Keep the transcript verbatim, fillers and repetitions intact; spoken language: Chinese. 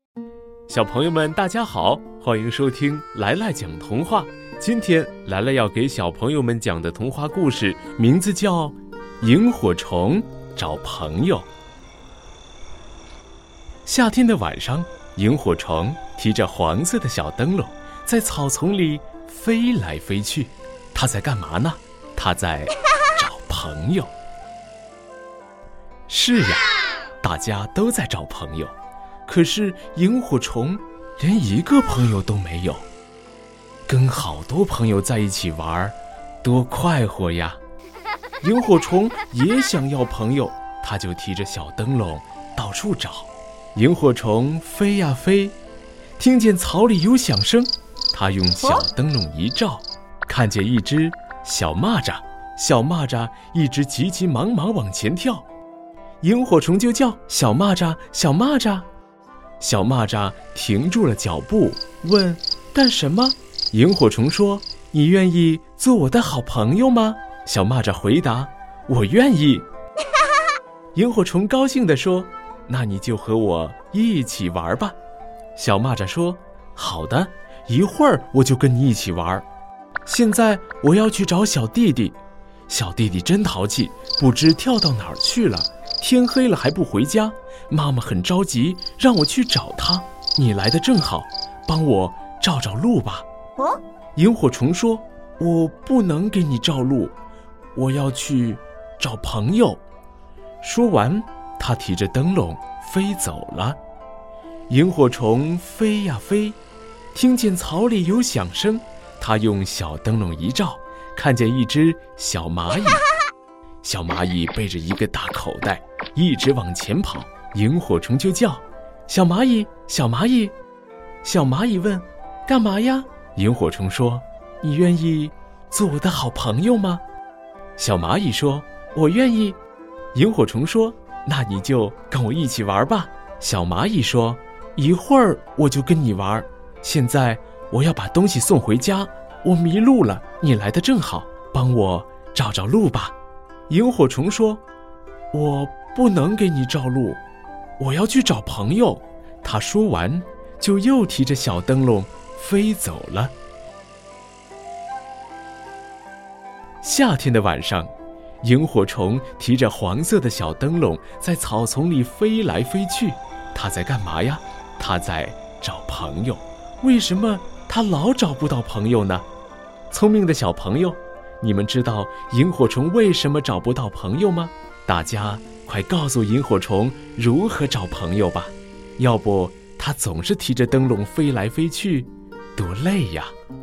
小朋友们大家好，欢迎收听来来讲童话。今天来来要给小朋友们讲的童话故事名字叫《萤火虫找朋友》。夏天的晚上，萤火虫提着黄色的小灯笼在草丛里飞来飞去。它在干嘛呢？它在找朋友。是呀，大家都在找朋友，可是萤火虫连一个朋友都没有。跟好多朋友在一起玩，多快活呀！萤火虫也想要朋友，它就提着小灯笼到处找。萤火虫飞呀飞，听见草里有响声，它用小灯笼一照，看见一只小蚂蚱，小蚂蚱一直急急忙忙往前跳。萤火虫就叫：小蚂蚱，小蚂蚱。小蚂蚱停住了脚步，问：干什么？萤火虫说：你愿意做我的好朋友吗？小蚂蚱回答：我愿意。萤火虫高兴地说：那你就和我一起玩吧。小蚂蚱说：好的，一会儿我就跟你一起玩。现在我要去找小弟弟。小弟弟真淘气，不知跳到哪儿去了，天黑了还不回家，妈妈很着急，让我去找他。你来得正好，帮我照照路吧。哦，萤火虫说：我不能给你照路，我要去找朋友。说完，他提着灯笼飞走了。萤火虫飞呀飞，听见草里有响声，他用小灯笼一照，看见一只小蚂蚁。小蚂蚁背着一个大口袋，一直往前跑。萤火虫就叫：小蚂蚁，小蚂蚁。小蚂蚁问：干嘛呀？萤火虫说：你愿意做我的好朋友吗？小蚂蚁说：我愿意。萤火虫说：那你就跟我一起玩吧。小蚂蚁说：一会儿我就跟你玩，现在我要把东西送回家，我迷路了，你来得正好，帮我照照路吧。萤火虫说：我不能给你照路，我要去找朋友。他说完，就又提着小灯笼飞走了。夏天的晚上，萤火虫提着黄色的小灯笼在草丛里飞来飞去。它在干嘛呀？它在找朋友。为什么它老找不到朋友呢？聪明的小朋友，你们知道萤火虫为什么找不到朋友吗？大家快告诉萤火虫如何找朋友吧，要不它总是提着灯笼飞来飞去，多累呀！